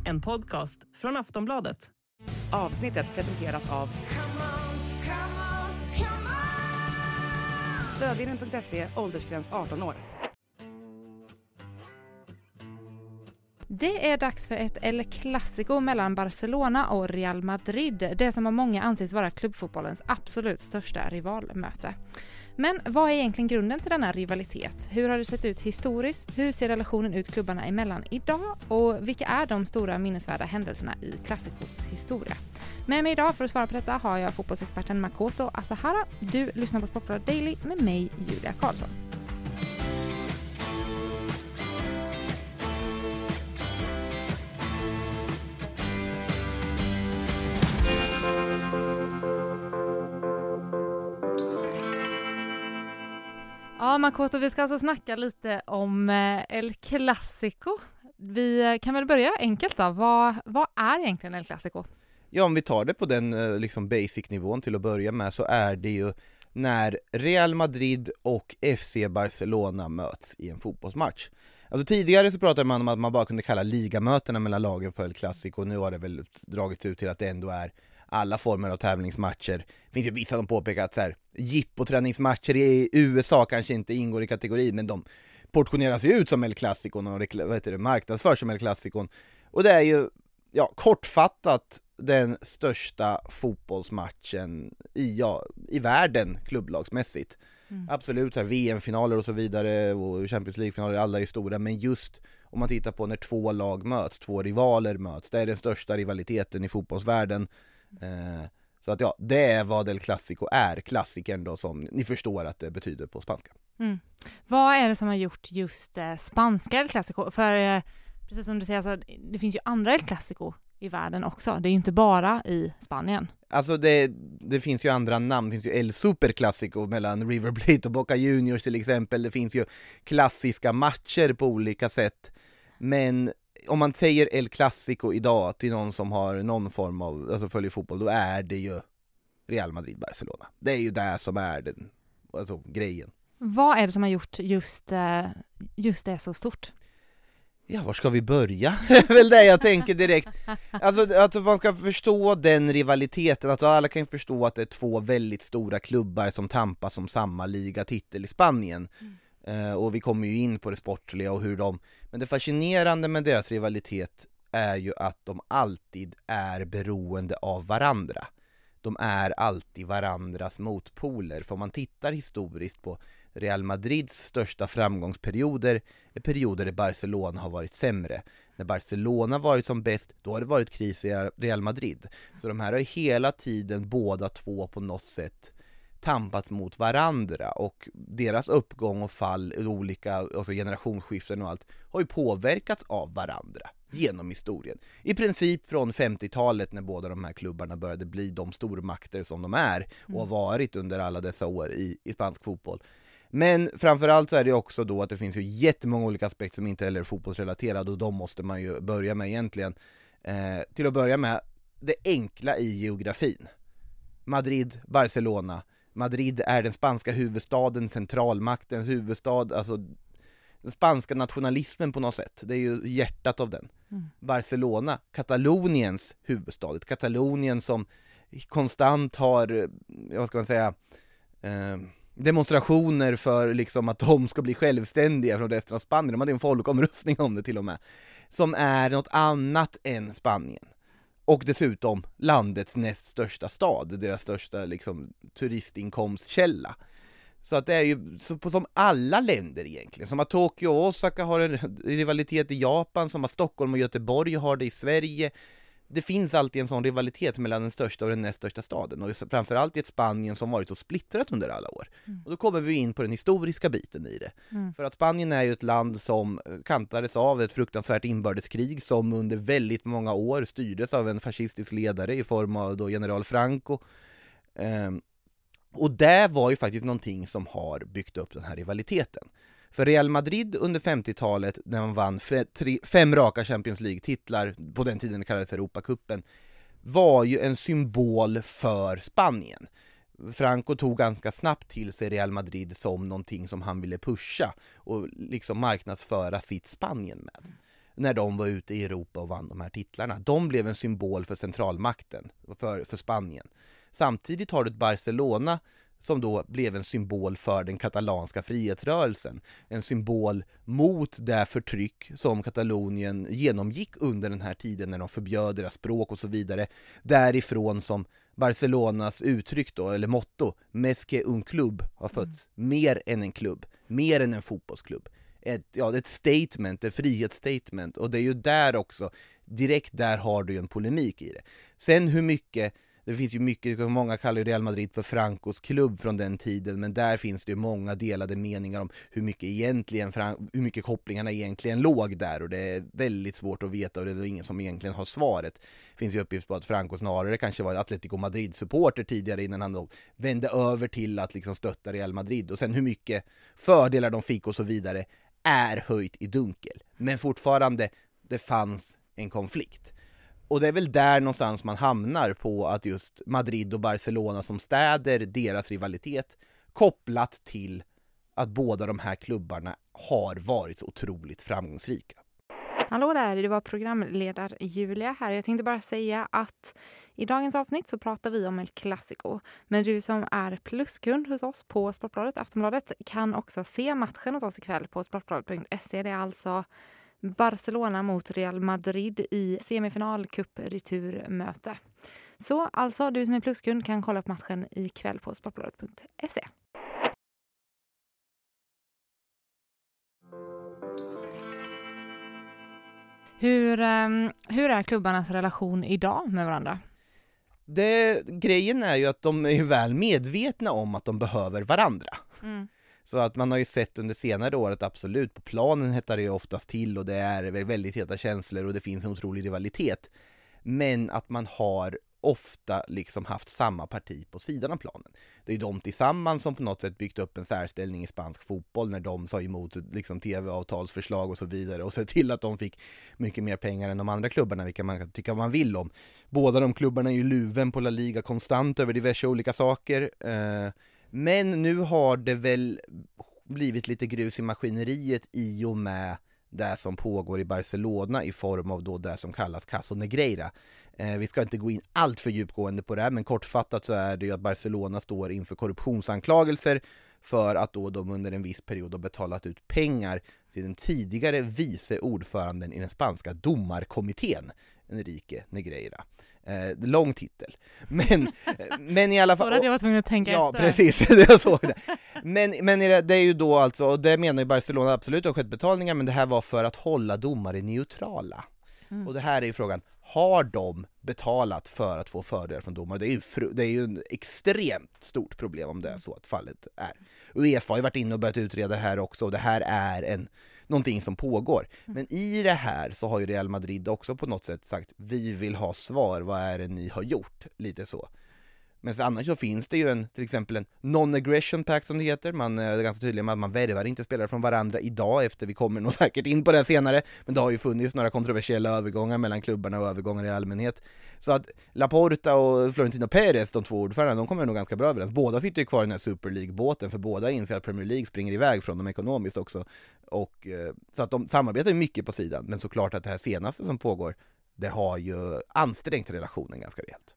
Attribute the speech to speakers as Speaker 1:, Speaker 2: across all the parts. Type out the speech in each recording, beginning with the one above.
Speaker 1: en podcast från Aftonbladet. Avsnittet presenteras av Stödvinnen.se, åldersgräns 18 år.
Speaker 2: Det är dags för ett El Clasico mellan Barcelona och Real Madrid. Det som av många anses vara klubbfotbollens absolut största rivalmöte. Men vad är egentligen grunden till denna rivalitet? Hur har det sett ut historiskt? Hur ser relationen ut klubbarna emellan idag? Och vilka är de stora minnesvärda händelserna i Clásicos historia? Med mig idag för att svara på detta har jag fotbollsexperten Makoto Asahara. Du lyssnar på Sportbladet Daily med mig, Julia Karlsson. Ja, Makoto, vi ska alltså snacka lite om El Clasico. Vi kan väl börja enkelt då. Vad är egentligen El Clasico?
Speaker 3: Ja, om vi tar det på den liksom basic-nivån till att börja med, så är det ju när Real Madrid och FC Barcelona möts i en fotbollsmatch. Alltså tidigare så pratade man om att man bara kunde kalla ligamötena mellan lagen för El Clasico. Nu har det väl dragits ut till att det ändå är alla former av tävlingsmatcher. Det finns ju vissa som påpekar att så här, jippoträningsmatcher i USA kanske inte ingår i kategorin, men de portioneras ju ut som El Clasico och marknadsförs som El Clasico. Och det är ju, ja, kortfattat den största fotbollsmatchen i världen klubblagsmässigt. Absolut, så här, VM-finaler och så vidare och Champions League-finaler, alla är stora, men just om man tittar på när två lag möts, två rivaler möts, det är den största rivaliteten i fotbollsvärlden. Så att ja, det är vad El Clasico är, klassikern då, som ni förstår att det betyder på spanska.
Speaker 2: Vad är det som har gjort just spanska El Clasico? För precis som du säger, alltså, det finns ju andra El Clasico i världen också. Det är ju inte bara i Spanien.
Speaker 3: Alltså det finns ju andra namn. Det finns ju El Super Clasico mellan River Plate och Boca Juniors till exempel. Det finns ju klassiska matcher på olika sätt. Men om man säger El Clasico idag till någon som har någon form av, alltså följer fotboll, då är det ju Real Madrid-Barcelona. Det är ju det som är den, alltså grejen.
Speaker 2: Vad är det som har gjort just det så stort?
Speaker 3: Ja, var ska vi börja? Det är väl det jag tänker direkt. Alltså att man ska förstå den rivaliteten, att alla kan förstå att det är två väldigt stora klubbar som tampas om samma ligatitel i Spanien. Och vi kommer ju in på det sportliga och hur men det fascinerande med deras rivalitet är ju att de alltid är beroende av varandra. De är alltid varandras motpoler. För om man tittar historiskt på Real Madrids största framgångsperioder är perioder där Barcelona har varit sämre. När Barcelona varit som bäst, då har det varit kris i Real Madrid. Så de här har hela tiden båda två på något sätt tampats mot varandra, och deras uppgång och fall, olika alltså generationsskiften och allt, har ju påverkats av varandra genom historien. I princip från 50-talet när båda de här klubbarna började bli de stormakter som de är och har varit under alla dessa år i spansk fotboll. Men framförallt så är det också då att det finns ju jättemånga olika aspekter som inte heller är fotbollsrelaterade, och de måste man ju börja med egentligen. Till att börja med det enkla i geografin. Madrid, Barcelona. Madrid är den spanska huvudstaden, centralmaktens huvudstad, alltså den spanska nationalismen på något sätt. Det är ju hjärtat av den. Barcelona, Kataloniens huvudstad. Katalonien som konstant har, vad ska man säga, demonstrationer för liksom att de ska bli självständiga från resten av Spanien. De hade en folkomröstning om det till och med. Som är något annat än Spanien. Och dessutom landets näst största stad, deras största liksom turistinkomstkälla. Så att det är ju som alla länder egentligen. Som att Tokyo och Osaka har en rivalitet i Japan, som att Stockholm och Göteborg har det i Sverige. Det finns alltid en sån rivalitet mellan den största och den näst största staden. Och framförallt i ett Spanien som varit så splittrat under alla år. Och då kommer vi in på den historiska biten i det. För att Spanien är ju ett land som kantades av ett fruktansvärt inbördeskrig som under väldigt många år styrdes av en fascistisk ledare i form av då general Franco. Och det var ju faktiskt någonting som har byggt upp den här rivaliteten. För Real Madrid under 50-talet, när man vann 5 raka Champions League-titlar, på den tiden det kallades Europacupen, var ju en symbol för Spanien. Franco tog ganska snabbt till sig Real Madrid som någonting som han ville pusha och liksom marknadsföra sitt Spanien med. när de var ute i Europa och vann de här titlarna. De blev en symbol för centralmakten, för Spanien. Samtidigt har du ett Barcelona som då blev en symbol för den katalanska frihetsrörelsen. En symbol mot det förtryck som Katalonien genomgick under den här tiden när de förbjöd deras språk och så vidare. Därifrån som Barcelonas uttryck då, eller motto, Més que un club, har fötts. Mer än en klubb, mer än en fotbollsklubb. Ett statement, ett frihetsstatement. Och det är ju där också, direkt där har du ju en polemik i det. Sen hur mycket, det finns ju mycket, många kallar ju Real Madrid för Francos klubb från den tiden, men där finns det ju många delade meningar om hur mycket kopplingarna egentligen låg där, och det är väldigt svårt att veta, och det är ingen som egentligen har svaret. Det finns ju uppgift på att Franco snarare kanske var Atletico Madrid-supporter tidigare innan han då vände över till att liksom stötta Real Madrid, och sen hur mycket fördelar de fick och så vidare är höjt i dunkel. Men fortfarande, det fanns en konflikt. Och det är väl där någonstans man hamnar på att just Madrid och Barcelona som städer, deras rivalitet, kopplat till att båda de här klubbarna har varit så otroligt framgångsrika.
Speaker 2: Hallå där, det var programledare Julia här. Jag tänkte bara säga att i dagens avsnitt så pratar vi om El Clasico. Men du som är pluskund hos oss på Sportbladet, Aftonbladet, kan också se matchen hos oss ikväll på sportbladet.se. Det är alltså Barcelona mot Real Madrid i semifinal cup-returmöte. Så alltså, du som är pluskund kan kolla på matchen ikväll på sportbladet.se. Hur är klubbarnas relation idag med varandra?
Speaker 3: Grejen är ju att de är ju väl medvetna om att de behöver varandra. Så att man har ju sett under senare året absolut, på planen hettar det ju oftast till och det är väldigt heta känslor och det finns en otrolig rivalitet. Men att man har ofta liksom haft samma parti på sidan av planen. Det är ju de tillsammans som på något sätt byggt upp en särställning i spansk fotboll när de sa emot liksom tv-avtalsförslag och så vidare och sett till att de fick mycket mer pengar än de andra klubbarna, vilka man kan tycka vad man vill om. Båda de klubbarna är ju luven på La Liga konstant över diverse olika saker. Men nu har det väl blivit lite grus i maskineriet i och med det som pågår i Barcelona i form av då det som kallas Caso Negreira. Vi ska inte gå in allt för djupgående på det här, men kortfattat så är det ju att Barcelona står inför korruptionsanklagelser för att då de under en viss period har betalat ut pengar till den tidigare vice ordföranden i den spanska domarkommittén, Enrique Negreira. Lång titel. Men i alla fall...
Speaker 2: Så att jag var tvungen att tänka
Speaker 3: ja,
Speaker 2: efter.
Speaker 3: Precis, jag såg det. Men det är ju då alltså, och det menar ju Barcelona absolut har skett betalningar, men det här var för att hålla domare neutrala. Och det här är ju frågan, har de betalat för att få fördelar från domare? Det är ju ett extremt stort problem om det är så att fallet är. UEFA har ju varit inne och börjat utreda det här också, och det här är någonting som pågår. Men i det här så har ju Real Madrid också på något sätt sagt, vi vill ha svar, vad är det ni har gjort? Lite så. Men så annars så finns det ju till exempel en non-aggression pact som det heter. Man är ganska tydlig med att man värvar inte spelare från varandra idag, efter vi kommer nog säkert in på det senare. Men det har ju funnits några kontroversiella övergångar mellan klubbarna och övergångar i allmänhet. Så att Laporta och Florentino Pérez, de två ordförandena, de kommer nog ganska bra överens. Båda sitter ju kvar i den här Super League-båten, för båda inser att Premier League springer iväg från dem ekonomiskt också. Och, så att de samarbetar ju mycket på sidan. Men såklart att det här senaste som pågår, det har ju ansträngt relationen ganska rejält.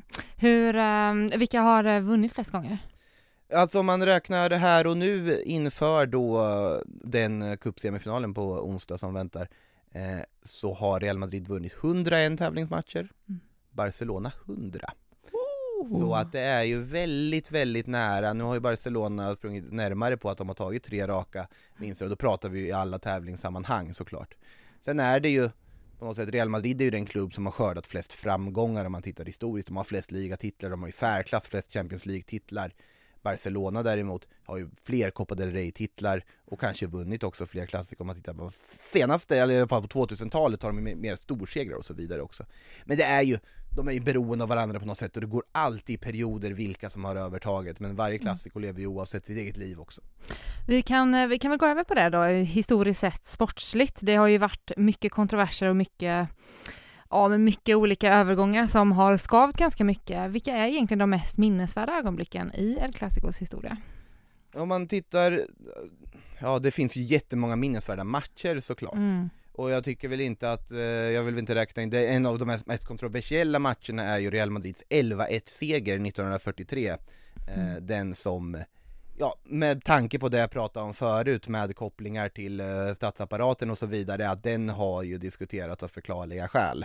Speaker 2: Vilka har vunnit flest gånger?
Speaker 3: Alltså om man räknar det här och nu inför då den cupsemifinalen på onsdag som väntar, så har Real Madrid vunnit 101 tävlingsmatcher, Barcelona 100. Så att det är ju väldigt, väldigt nära. Nu har ju Barcelona sprungit närmare på att de har tagit 3 raka vinster, och då pratar vi i alla tävlingssammanhang såklart. Sen är det ju på något sätt, Real Madrid är ju den klubb som har skördat flest framgångar om man tittar historiskt. De har flest ligatitlar, de har i särklass flest Champions League-titlar. Barcelona däremot har ju fler Copa del Rey-titlar och kanske vunnit också fler klassiker om man tittar på senaste, eller i alla fall på 2000-talet har de mer storsegrar och så vidare också. Men de är ju beroende av varandra på något sätt, och det går alltid i perioder vilka som har övertaget, men varje klassiker lever ju oavsett sitt eget liv också. Vi kan
Speaker 2: väl gå över på det då, historiskt sett sportsligt. Det har ju varit mycket kontroverser och mycket olika övergångar som har skavt ganska mycket. Vilka är egentligen de mest minnesvärda ögonblicken i El Clásicos historia?
Speaker 3: Om man tittar, det finns ju jättemånga minnesvärda matcher såklart. Och jag tycker väl inte att, jag vill inte räkna in det, en av de mest kontroversiella matcherna är ju Real Madrids 11-1-seger 1943. Den som, ja, med tanke på det jag pratade om förut med kopplingar till statsapparaten och så vidare, att den har ju diskuterats av förklarliga skäl.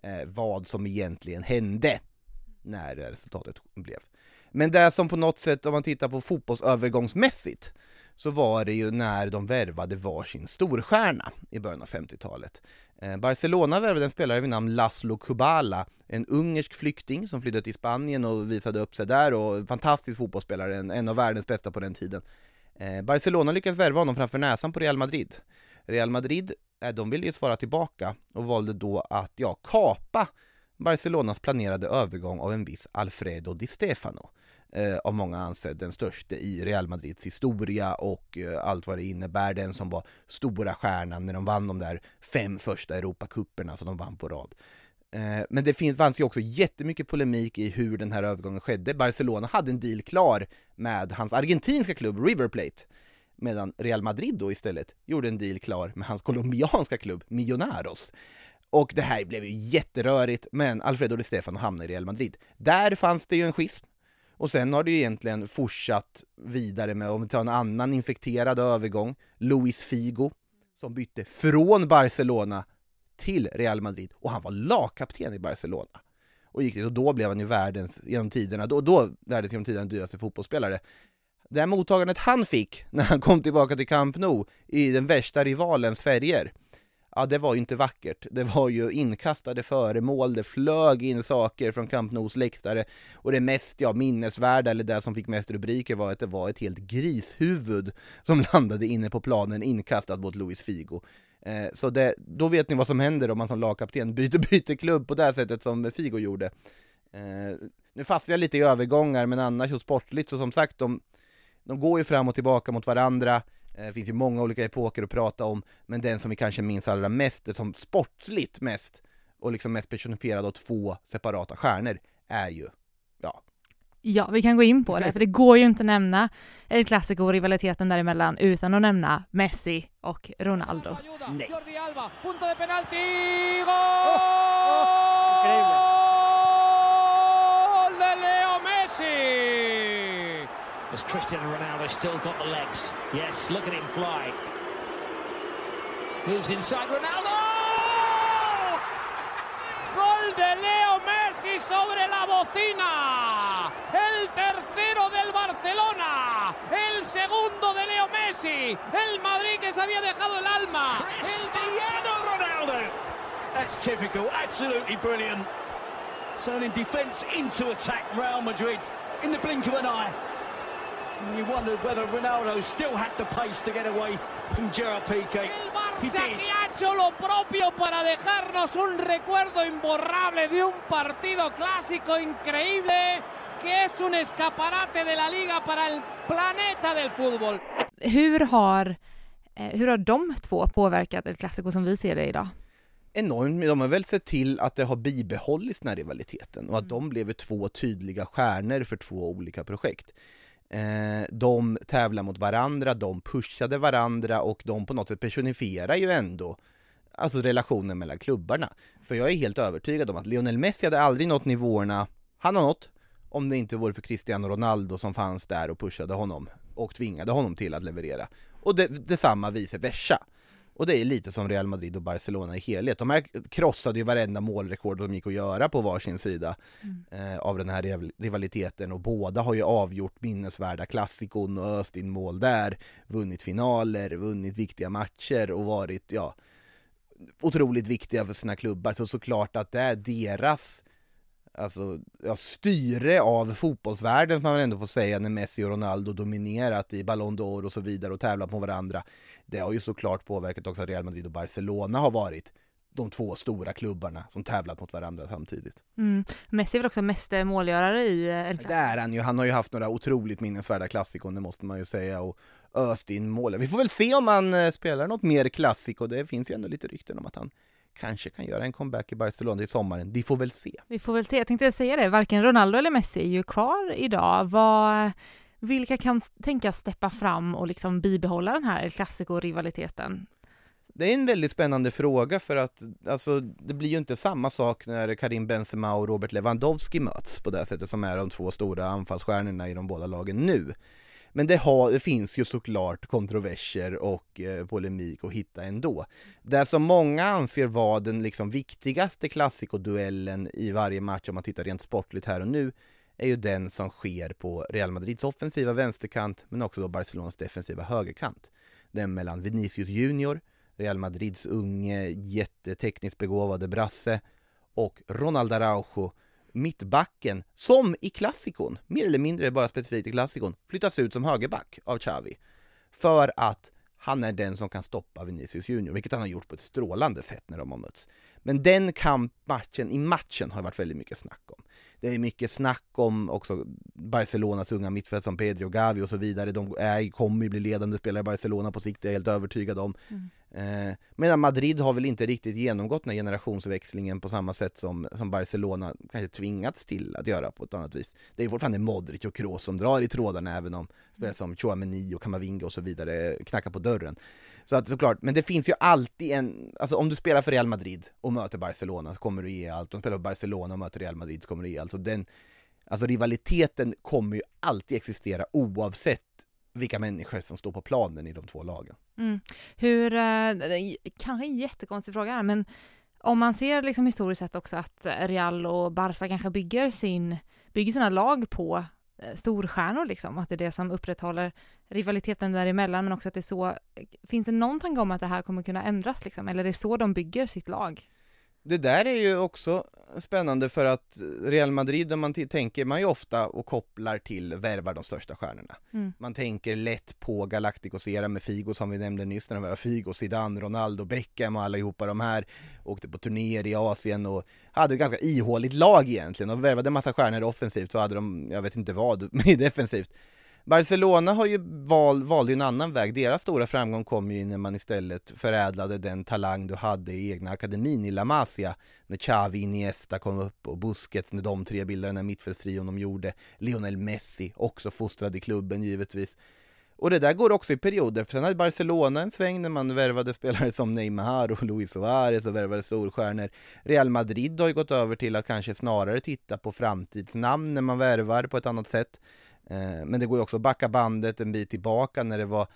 Speaker 3: Vad som egentligen hände när resultatet blev. Men det som på något sätt, om man tittar på fotbollsövergångsmässigt, så var det ju när de värvade varsin storstjärna i början av 50-talet. Barcelona värvade en spelare vid namn Laszlo Kubala, en ungersk flykting som flydde till Spanien och visade upp sig där, och en fantastisk fotbollsspelare, en av världens bästa på den tiden. Barcelona lyckades värva honom framför näsan på Real Madrid. Real Madrid, de ville ju svara tillbaka och valde då att kapa Barcelonas planerade övergång av en viss Alfredo Di Stefano. Av många ansedd den största i Real Madrids historia och allt vad det innebär, den som var stora stjärnan när de vann de där 5 första Europacupperna som de vann på rad. Men det fanns ju också jättemycket polemik i hur den här övergången skedde. Barcelona hade en deal klar med hans argentinska klubb River Plate, medan Real Madrid då istället gjorde en deal klar med hans colombianska klubb Millonarios. Och det här blev ju jätterörigt, men Alfredo Di Stefano hamnade i Real Madrid. Där fanns det ju en schism. Och sen har det ju egentligen fortsatt vidare med, om vi tar en annan infekterad övergång, Luis Figo, som bytte från Barcelona till Real Madrid. Och han var lagkapten i Barcelona. Och då blev han ju världens genom tiderna dyraste fotbollsspelare. Det här mottagandet han fick när han kom tillbaka till Camp Nou i den värsta rivalens färger, ja, det var ju inte vackert. Det var ju inkastade föremål, det flög in saker från Camp Nous läktare, och det mest minnesvärda, eller det som fick mest rubriker, var att det var ett helt grishuvud som landade inne på planen inkastat mot Luis Figo. Så då vet ni vad som händer om man som lagkapten byter klubb på det sättet som Figo gjorde. Nu fastnar jag lite i övergångar, men annars så sportligt, så som sagt, de går ju fram och tillbaka mot varandra. Det finns ju många olika epoker att prata om, men den som vi kanske minns allra mest, som sportsligt mest och liksom mest personifierad av 2 separata stjärnor, är ju,
Speaker 2: Ja, vi kan gå in på det, för det går ju inte att nämna El Clásico och rivaliteten däremellan utan att nämna Messi och Ronaldo.
Speaker 3: Nej.
Speaker 4: Jordi Alba, punto de penalti, gol de Leo Messi!
Speaker 5: As Cristiano Ronaldo still got the legs. Yes, look at him fly. Moves inside Ronaldo!
Speaker 4: Gol de Leo Messi sobre la bocina. El tercero del Barcelona. El segundo de Leo Messi. El Madrid que se había dejado el alma.
Speaker 5: Cristiano Ronaldo!
Speaker 6: That's typical, absolutely brilliant. Turning defence into attack, Real Madrid in the blink of an eye. And you wondered whether Ronaldo still had the pace to get away from Gerard Piqué.
Speaker 4: El Barça que ha hecho lo propio para dejarnos un recuerdo imborrable de un partido clásico increíble que es un escaparate de la liga para el planeta del fútbol.
Speaker 2: Hur har de 2 påverkat El Clásico som vi ser det idag?
Speaker 3: Enormt. De har väl sett till att det har bibehållits den här rivaliteten och att de blev 2 tydliga stjärnor för 2 olika projekt. De tävlar mot varandra, de pushade varandra, och de på något sätt personifierar ju ändå alltså relationen mellan klubbarna. För jag är helt övertygad om att Lionel Messi hade aldrig nått nivåerna han har nått om det inte vore för Cristiano Ronaldo som fanns där och pushade honom och tvingade honom till att leverera. Och detsamma vice versa. Och det är lite som Real Madrid och Barcelona i helhet. De här krossade ju varenda målrekord de gick att göra på varsin sida av den här rivaliteten. Och båda har ju avgjort minnesvärda klassikon och öst in mål där. Vunnit finaler, vunnit viktiga matcher och varit otroligt viktiga för sina klubbar. Så såklart att det är deras styre av fotbollsvärlden, som man ändå får säga, när Messi och Ronaldo dominerat i Ballon d'Or och så vidare och tävlat på varandra. Det har ju såklart påverkat också att Real Madrid och Barcelona har varit de 2 stora klubbarna som tävlat mot varandra samtidigt.
Speaker 2: Messi är väl också mest målgörare i El Clásico.
Speaker 3: Det är han ju. Han har ju haft några otroligt minnesvärda klassikon, det måste man ju säga, och öst in mål. Vi får väl se om han spelar något mer klassiko. Det finns ju ändå lite rykten om att han kanske kan göra en comeback i Barcelona i sommaren. Vi får väl se.
Speaker 2: Jag tänkte säga det. Varken Ronaldo eller Messi är ju kvar idag. Vilka kan tänkas steppa fram och liksom bibehålla den här El Clásico-rivaliteten?
Speaker 3: Det är en väldigt spännande fråga för att alltså, det blir ju inte samma sak när Karim Benzema och Robert Lewandowski möts på det sättet som är de två stora anfallsstjärnorna i de båda lagen nu. Men det finns ju såklart kontroverser och polemik att hitta ändå. Det som många anser vara den liksom viktigaste klassikoduellen i varje match om man tittar rent sportligt här och nu är ju den som sker på Real Madrids offensiva vänsterkant men också då Barcelonas defensiva högerkant. Den mellan Vinicius Junior, Real Madrids unge jättetekniskt begåvade brasse och Ronald Araujo, mittbacken som i klassikon, mer eller mindre bara specifikt i klassikon, flyttas ut som högerback av Xavi för att han är den som kan stoppa Vinicius Junior, vilket han har gjort på ett strålande sätt när de har mötts. Men den matchen har varit väldigt mycket snack om. Det är mycket snack om också Barcelonas unga mittfält som Pedro Gavi och så vidare. De kommer ju bli ledande spelare i Barcelona på sikt, är jag helt övertygad om. Medan Madrid har väl inte riktigt genomgått den här generationsväxlingen på samma sätt som Barcelona kanske tvingats till att göra på ett annat vis. Det är fortfarande Modric och Kroos som drar i trådarna, även om spelare som Tchouaméni och Camavinga och så vidare knackar på dörren. Så att såklart, men det finns ju alltid alltså om du spelar för Real Madrid och möter Barcelona så kommer du ge allt. Om du spelar för Barcelona och möter Real Madrid så kommer du ge allt. Så rivaliteten kommer ju alltid existera oavsett vilka människor som står på planen i de två lagen.
Speaker 2: Kanske en jättekonstig fråga här, men om man ser liksom historiskt sett också att Real och Barca kanske bygger sina lag på storstjärnor liksom, att det är det som upprätthåller rivaliteten däremellan, men också att det är så, finns det någon tanke om att det här kommer kunna ändras liksom, eller är det så de bygger sitt lag?
Speaker 3: Det där är ju också spännande för att Real Madrid, om man tänker man ju ofta och kopplar till värvar de största stjärnorna. Man tänker lätt på Galacticos-era med Figo som vi nämnde nyss, när de var Figo, Zidane, Ronaldo, Beckham och allihopa de här åkte på turnéer i Asien och hade ett ganska ihåligt lag egentligen och värvade en massa stjärnor offensivt, så hade de, jag vet inte vad, med defensivt. Barcelona har ju valde en annan väg. Deras stora framgång kom ju när man istället förädlade den talang du hade i egna akademin i La Masia. När Xavi, Iniesta kom upp och Busquets, när de tre bildade den här mittfältstrion de gjorde. Lionel Messi, också fostrad i klubben givetvis. Och det där går också i perioder. För sen hade Barcelona en sväng när man värvade spelare som Neymar och Luis Suarez och värvade storstjärnor. Real Madrid har ju gått över till att kanske snarare titta på framtidsnamn när man värvar på ett annat sätt. Men det går ju också att backa bandet en bit tillbaka när det var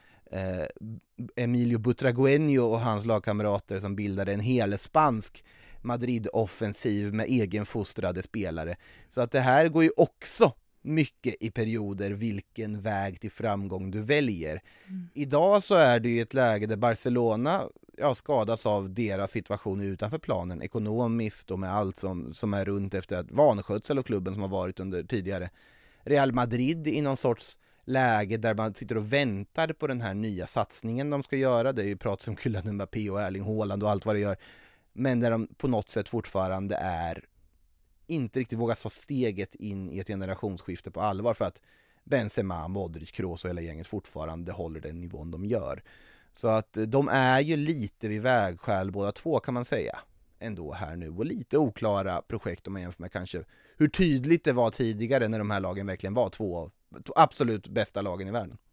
Speaker 3: Emilio Butragueño och hans lagkamrater som bildade en hel spansk Madrid-offensiv med egenfostrade spelare. Så att det här går ju också mycket i perioder vilken väg till framgång du väljer. Idag så är det ju ett läge där Barcelona skadas av deras situation utanför planen ekonomiskt och med allt som är runt efter att vanskötsel och klubben som har varit under tidigare. Real Madrid i någon sorts läge där man sitter och väntar på den här nya satsningen de ska göra. Det är ju prat som Kylian Mbappé och Erling Haaland och allt vad det gör. Men där de på något sätt fortfarande inte riktigt vågar ta steget in i ett generationsskifte på allvar för att Benzema, Modric, Kroos och hela gänget fortfarande håller den nivån de gör. Så att de är ju lite vid vägskäl båda två kan man säga ändå här nu och lite oklara projekt om man jämför med kanske hur tydligt det var tidigare när de här lagen verkligen var två absolut bästa lagen i världen.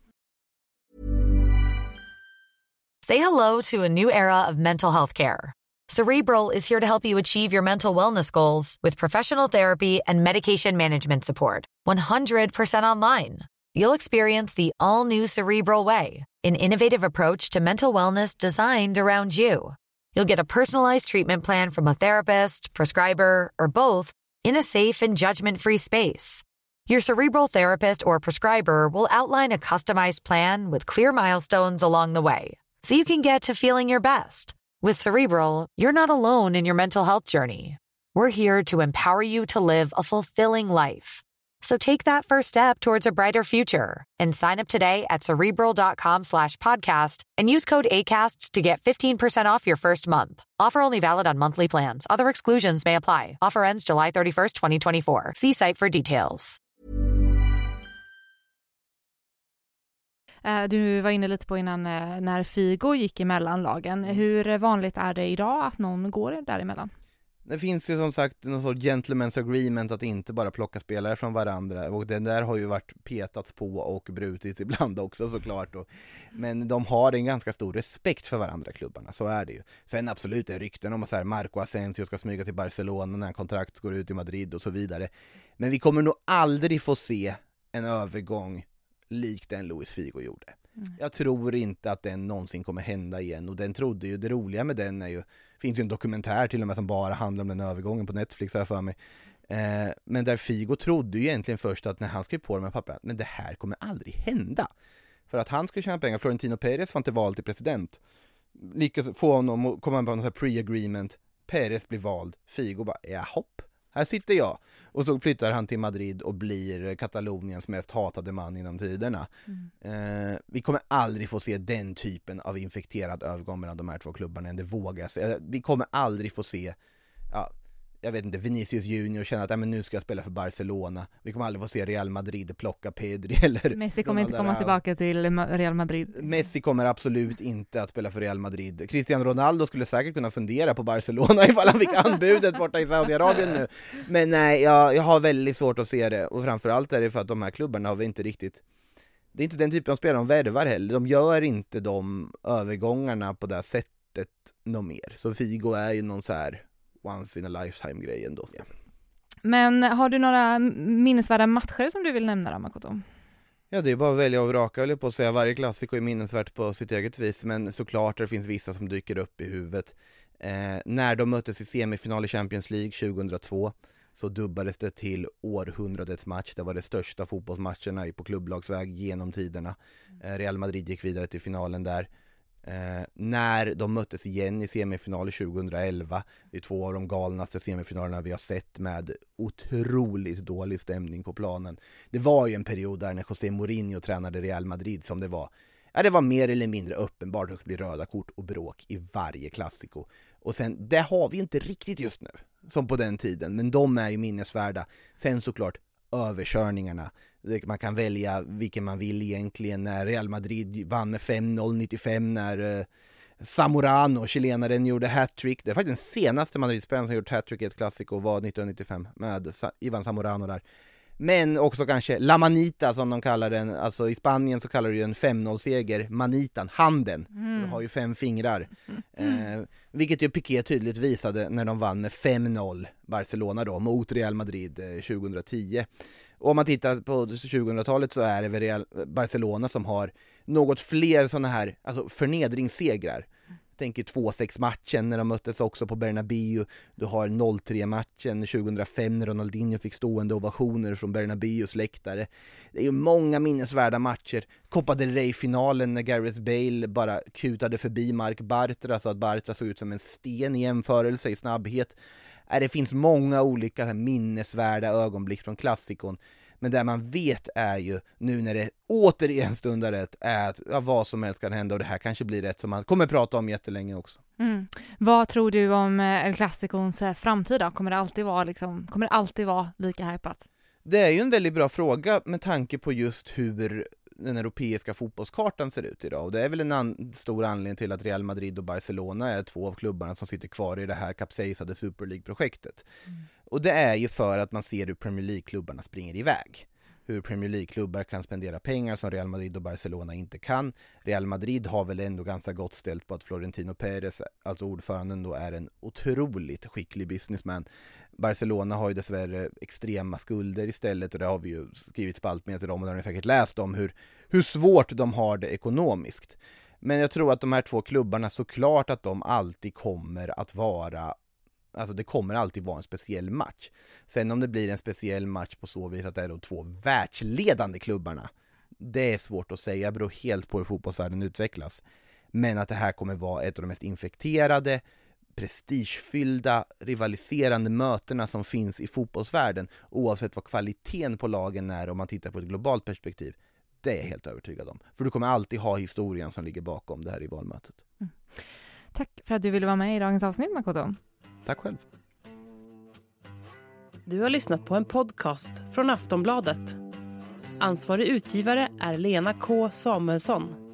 Speaker 7: Say hello to a new era of mental health care. Cerebral is here to help you achieve your mental wellness goals with professional therapy and medication management support. 100% online. You'll experience the all-new Cerebral way, an innovative approach to mental wellness designed around you. You'll get a personalized treatment plan from a therapist, prescriber, or both in a safe and judgment-free space. Your Cerebral therapist or prescriber will outline a customized plan with clear milestones along the way, so you can get to feeling your best. With Cerebral, you're not alone in your mental health journey. We're here to empower you to live a fulfilling life. So take that first step towards a brighter future and sign up today at Cerebral.com/podcast and use code ACAST to get 15% off your first month. Offer only valid on monthly plans. Other exclusions may apply. Offer ends July 31st, 2024. See site for details.
Speaker 2: Du var inne lite på innan när Figo gick emellan lagen. Hur vanligt är det idag att någon går däremellan?
Speaker 3: Det finns ju som sagt någon sorts gentleman's agreement att inte bara plocka spelare från varandra, och den där har ju varit petats på och brutit ibland också såklart. Men de har en ganska stor respekt för varandra, klubbarna, så är det ju. Sen absolut är rykten om att så här, Marco Asensio ska smyga till Barcelona när kontrakt går ut i Madrid och så vidare. Men vi kommer nog aldrig få se en övergång likt den Luis Figo gjorde. Jag tror inte att den någonsin kommer hända igen, och den trodde ju, det roliga med den är ju, finns ju en dokumentär till och med som bara handlar om den övergången på Netflix här för mig. Men där Figo trodde ju egentligen först att när han skrev på de här papperna, men det här kommer aldrig hända. För att han skulle tjäna pengar. Florentino Pérez var inte vald till president. Lyckas få honom att komma på någon här pre-agreement. Pérez blir vald. Figo bara, ja hopp, här sitter jag. Och så flyttar han till Madrid och blir Kataloniens mest hatade man inom tiderna. Vi kommer aldrig få se den typen av infekterad övergång mellan de här två klubbarna än det vågar säga. Vi kommer aldrig få se, jag vet inte, Vinicius Junior känner att men nu ska jag spela för Barcelona. Vi kommer aldrig få se Real Madrid plocka Pedri eller
Speaker 2: Messi kommer inte komma tillbaka till Real Madrid.
Speaker 3: Messi kommer absolut inte att spela för Real Madrid. Cristiano Ronaldo skulle säkert kunna fundera på Barcelona ifall han fick anbudet borta i Saudiarabien nu. Men nej, jag har väldigt svårt att se det. Och framförallt är det för att de här klubbarna har vi inte riktigt... Det är inte den typen av spelare de värvar heller. De gör inte de övergångarna på det sättet något mer. Så Figo är ju någon så här once in a lifetime grej ändå. Ja.
Speaker 2: Men har du några minnesvärda matcher som du vill nämna då, Makoto?
Speaker 3: Ja, det är bara att välja och vraka, vill jag på att säga. Varje klassiker är minnesvärt på sitt eget vis, men såklart det finns vissa som dyker upp i huvudet. När de möttes i semifinal i Champions League 2002 så dubbades det till århundradets match. Det var det största fotbollsmatcherna på klubblagsväg genom tiderna. Real Madrid gick vidare till finalen där. När de möttes igen i semifinal 2011, det är 2 av de galnaste semifinalerna vi har sett med otroligt dålig stämning på planen. Det var ju en period där när José Mourinho tränade Real Madrid som det var mer eller mindre uppenbart att det blir röda kort och bråk i varje klassiko. Och sen, det har vi inte riktigt just nu som på den tiden, men de är ju minnesvärda. Sen såklart överkörningarna. Man kan välja vilken man vill egentligen. När Real Madrid vann med 5-0 95 när Zamorano, chilenaren, gjorde hattrick. Det är faktiskt den senaste Madrid-spelaren som gjort hattrick i ett klassiko var 1995 med Ivan Zamorano där. Men också kanske La Manita som de kallar den. Alltså i Spanien så kallar det ju en 5-0-seger. Manitan, handen. Du har ju 5 fingrar. Vilket ju Piqué tydligt visade när de vann med 5-0 Barcelona då mot Real Madrid 2010. Och om man tittar på 2000-talet så är det väl Barcelona som har något fler sådana här förnedringssegrar. Jag tänker 2-6-matchen när de möttes också på Bernabéu. Du har 0-3-matchen 2005 när Ronaldinho fick stående ovationer från Bernabéus läktare. Det är ju många minnesvärda matcher. Copa del Rey-finalen när Gareth Bale bara kutade förbi Marc Bartra så att Bartra såg ut som en sten i jämförelse i snabbhet. Det finns många olika minnesvärda ögonblick från klassikon. Men det man vet är ju, nu när det återigen stundar rätt, är att vad som helst kan hända och det här kanske blir rätt som man kommer prata om jättelänge också.
Speaker 2: Vad tror du om El Clasicons framtid då? Kommer det alltid vara lika hypat?
Speaker 3: Det är ju en väldigt bra fråga med tanke på just hur den europeiska fotbollskartan ser ut idag. Och det är väl en stor anledning till att Real Madrid och Barcelona är 2 av klubbarna som sitter kvar i det här kapsejsade Super League-projektet. Och det är ju för att man ser hur Premier League-klubbarna springer iväg. Hur Premier League-klubbar kan spendera pengar som Real Madrid och Barcelona inte kan. Real Madrid har väl ändå ganska gott ställt på att Florentino Pérez, alltså ordföranden då, är en otroligt skicklig businessman. Barcelona har ju dessvärre extrema skulder istället och det har vi ju skrivit spaltmeter om och det har ni säkert läst om hur svårt de har det ekonomiskt. Men jag tror att de här 2 klubbarna, såklart att de alltid kommer att vara, alltså det kommer alltid vara en speciell match. Sen om det blir en speciell match på så vis att det är de 2 världsledande klubbarna, det är svårt att säga, beror helt på hur fotbollsvärlden utvecklas. Men att det här kommer vara ett av de mest infekterade, prestigefyllda, rivaliserande mötena som finns i fotbollsvärlden, oavsett vad kvaliteten på lagen är om man tittar på ett globalt perspektiv. Det är jag helt övertygad om. För du kommer alltid ha historien som ligger bakom det här rivalmötet.
Speaker 2: Tack för att du ville vara med i dagens avsnitt, Makoto.
Speaker 3: Tack själv.
Speaker 1: Du har lyssnat på en podcast från Aftonbladet. Ansvarig utgivare är Lena K. Samuelsson.